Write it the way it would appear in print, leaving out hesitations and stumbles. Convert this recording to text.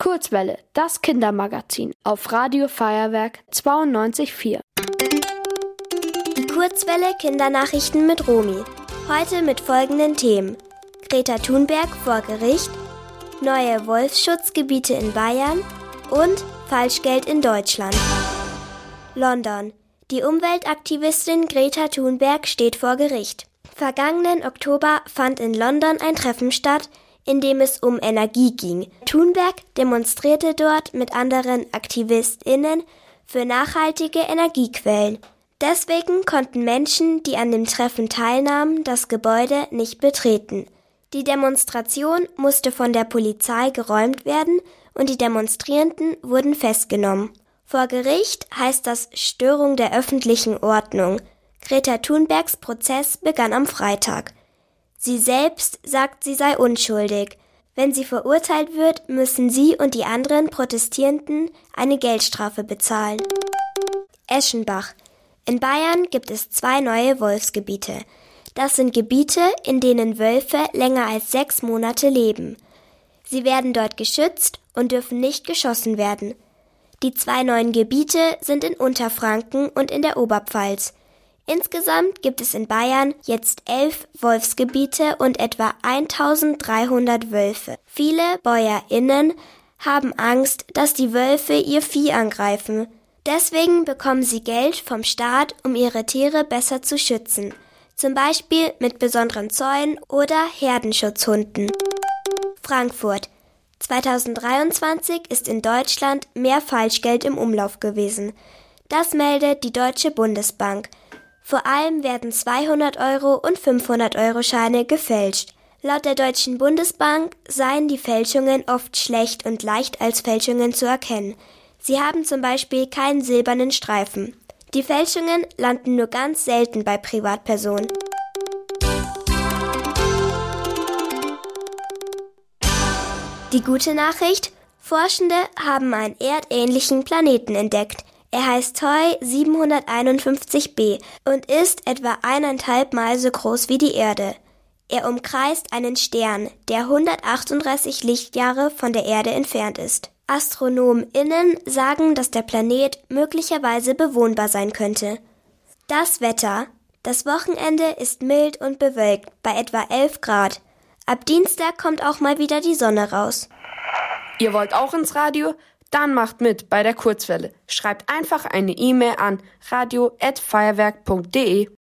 Kurzwelle, das Kindermagazin auf Radio Feuerwerk 92,4. Die Kurzwelle Kindernachrichten mit Romy. Heute mit folgenden Themen: Greta Thunberg vor Gericht, neue Wolfsschutzgebiete in Bayern und Falschgeld in Deutschland. London. Die Umweltaktivistin Greta Thunberg steht vor Gericht. Vergangenen Oktober fand in London ein Treffen statt, in dem es um Energie ging. Thunberg demonstrierte dort mit anderen AktivistInnen für nachhaltige Energiequellen. Deswegen konnten Menschen, die an dem Treffen teilnahmen, das Gebäude nicht betreten. Die Demonstration musste von der Polizei geräumt werden und die Demonstrierenden wurden festgenommen. Vor Gericht heißt das Störung der öffentlichen Ordnung. Greta Thunbergs Prozess begann am Freitag. Sie selbst sagt, sie sei unschuldig. Wenn sie verurteilt wird, müssen sie und die anderen Protestierenden eine Geldstrafe bezahlen. Eschenbach. In Bayern gibt es 2 neue Wolfsgebiete. Das sind Gebiete, in denen Wölfe länger als 6 Monate leben. Sie werden dort geschützt und dürfen nicht geschossen werden. Die 2 neuen Gebiete sind in Unterfranken und in der Oberpfalz. Insgesamt gibt es in Bayern jetzt 11 Wolfsgebiete und etwa 1300 Wölfe. Viele BäuerInnen haben Angst, dass die Wölfe ihr Vieh angreifen. Deswegen bekommen sie Geld vom Staat, um ihre Tiere besser zu schützen. Zum Beispiel mit besonderen Zäunen oder Herdenschutzhunden. Frankfurt. 2023 ist in Deutschland mehr Falschgeld im Umlauf gewesen. Das meldet die Deutsche Bundesbank. Vor allem werden 200 € und 500-Euro-Scheine gefälscht. Laut der Deutschen Bundesbank seien die Fälschungen oft schlecht und leicht als Fälschungen zu erkennen. Sie haben zum Beispiel keinen silbernen Streifen. Die Fälschungen landen nur ganz selten bei Privatpersonen. Die gute Nachricht: Forschende haben einen erdähnlichen Planeten entdeckt. Er heißt TOI 751b und ist etwa 1,5 Mal so groß wie die Erde. Er umkreist einen Stern, der 138 Lichtjahre von der Erde entfernt ist. AstronomInnen sagen, dass der Planet möglicherweise bewohnbar sein könnte. Das Wetter: Das Wochenende ist mild und bewölkt bei etwa 11 Grad. Ab Dienstag kommt auch mal wieder die Sonne raus. Ihr wollt auch ins Radio? Dann macht mit bei der Kurzwelle. Schreibt einfach eine E-Mail an radio@feuerwerk.de.